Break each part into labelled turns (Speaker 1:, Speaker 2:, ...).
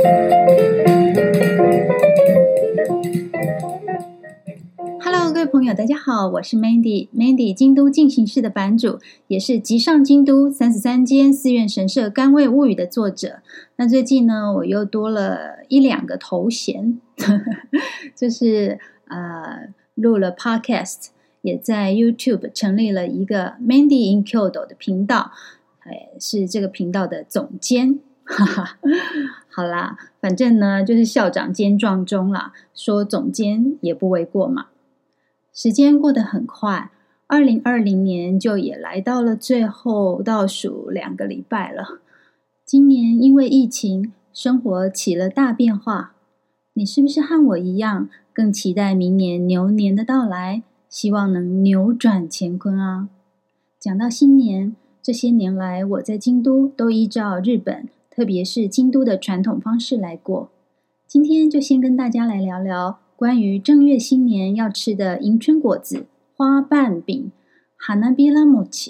Speaker 1: Hello， 各位朋友，大家好，我是 Mandy 京都进行式的版主，也是集上京都33间寺院神社甘味物语的作者。那最近呢，我又多了1-2个头衔，就是录了 Podcast， 也在 YouTube 成立了一个 Mandy in Kyoto 的频道，是这个频道的总监。好啦，反正呢就是校长兼撞钟啦，说总监也不为过嘛。时间过得很快，2020年就也来到了最后倒数2个礼拜了。今年因为疫情，生活起了大变化。你是不是和我一样，更期待明年牛年的到来，希望能扭转乾坤啊？讲到新年，这些年来我在京都都依照日本，特别是京都的传统方式来过。今天就先跟大家来聊聊关于正月新年要吃的迎春果子花瓣饼 Hanabira Mochi。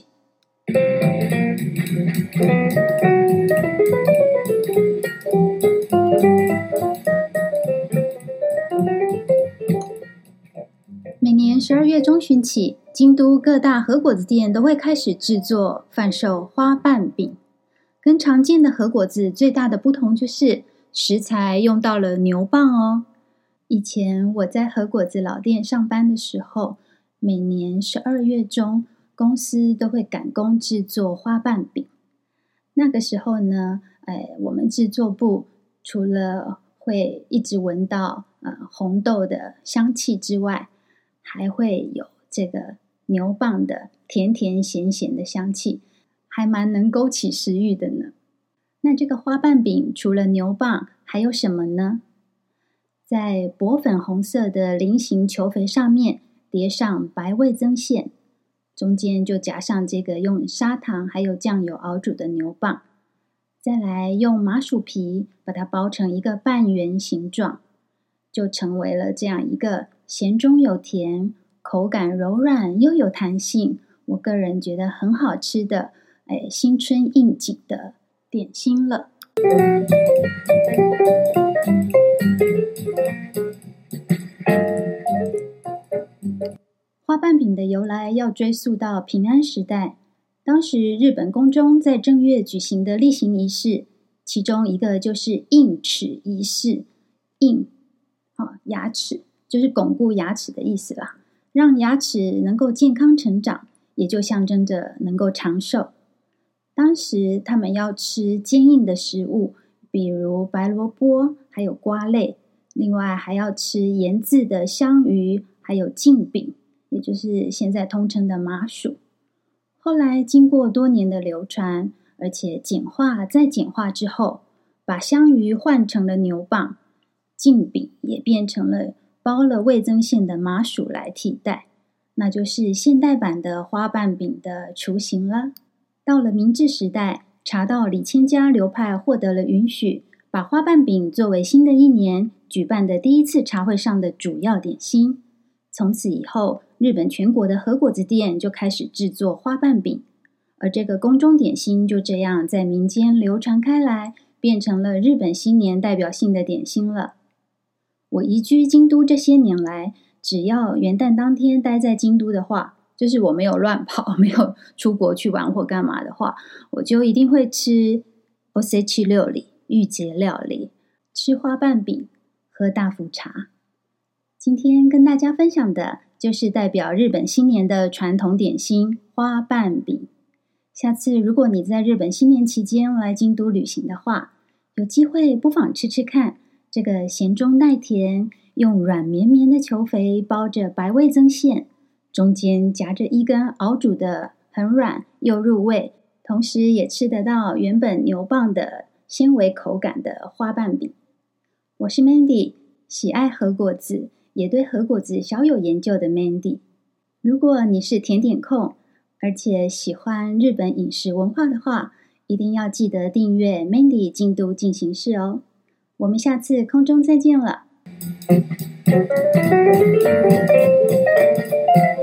Speaker 1: 每年12月中旬起，京都各大和果子店都会开始制作贩售花瓣饼。跟常见的和果子最大的不同就是食材用到了牛蒡哦。以前我在和果子老店上班的时候，每年12月中，公司都会赶工制作花瓣饼。那个时候呢，我们制作部除了会一直闻到红豆的香气之外，还会有这个牛蒡的甜甜咸咸的香气，还蛮能勾起食欲的呢。那这个花瓣饼除了牛蒡还有什么呢？在薄粉红色的菱形球肥上面叠上白味增馅，中间就夹上这个用砂糖还有酱油熬煮的牛蒡，再来用麻薯皮把它包成一个半圆形状，就成为了这样一个咸中有甜，口感柔软又有弹性，我个人觉得很好吃的新春应景的点心了。花瓣饼的由来要追溯到平安时代，当时日本宫中在正月举行的例行仪式，其中一个就是印齿仪式。印牙齿就是巩固牙齿的意思啦，让牙齿能够健康成长，也就象征着能够长寿。当时他们要吃坚硬的食物，比如白萝卜还有瓜类，另外还要吃盐渍的香鱼还有镜饼，也就是现在通称的麻薯。后来经过多年的流传，而且简化再简化之后，把香鱼换成了牛蒡，镜饼也变成了包了味增馅的麻薯来替代，那就是现代版的花瓣饼的雏形了。到了明治时代，茶道李千家流派获得了允许，把花瓣饼作为新的一年举办的第一次茶会上的主要点心。从此以后，日本全国的和果子店就开始制作花瓣饼，而这个宫中点心就这样在民间流传开来，变成了日本新年代表性的点心了。我移居京都这些年来，只要元旦当天待在京都的话，就是我没有乱跑，没有出国去玩或干嘛的话，我就一定会吃 osechi 料理、御节料理，吃花瓣饼，喝大福茶。今天跟大家分享的就是代表日本新年的传统点心花瓣饼。下次如果你在日本新年期间来京都旅行的话，有机会不妨吃吃看这个咸中带甜，用软绵绵的球肥包着白味增馅，中间夹着一根熬煮的很软又入味，同时也吃得到原本牛蒡的纤维口感的花瓣饼。我是 Mandy， 喜爱和果子，也对和果子小有研究的 Mandy。 如果你是甜点控，而且喜欢日本饮食文化的话，一定要记得订阅 Mandy 京都进行式哦。我们下次空中再见了。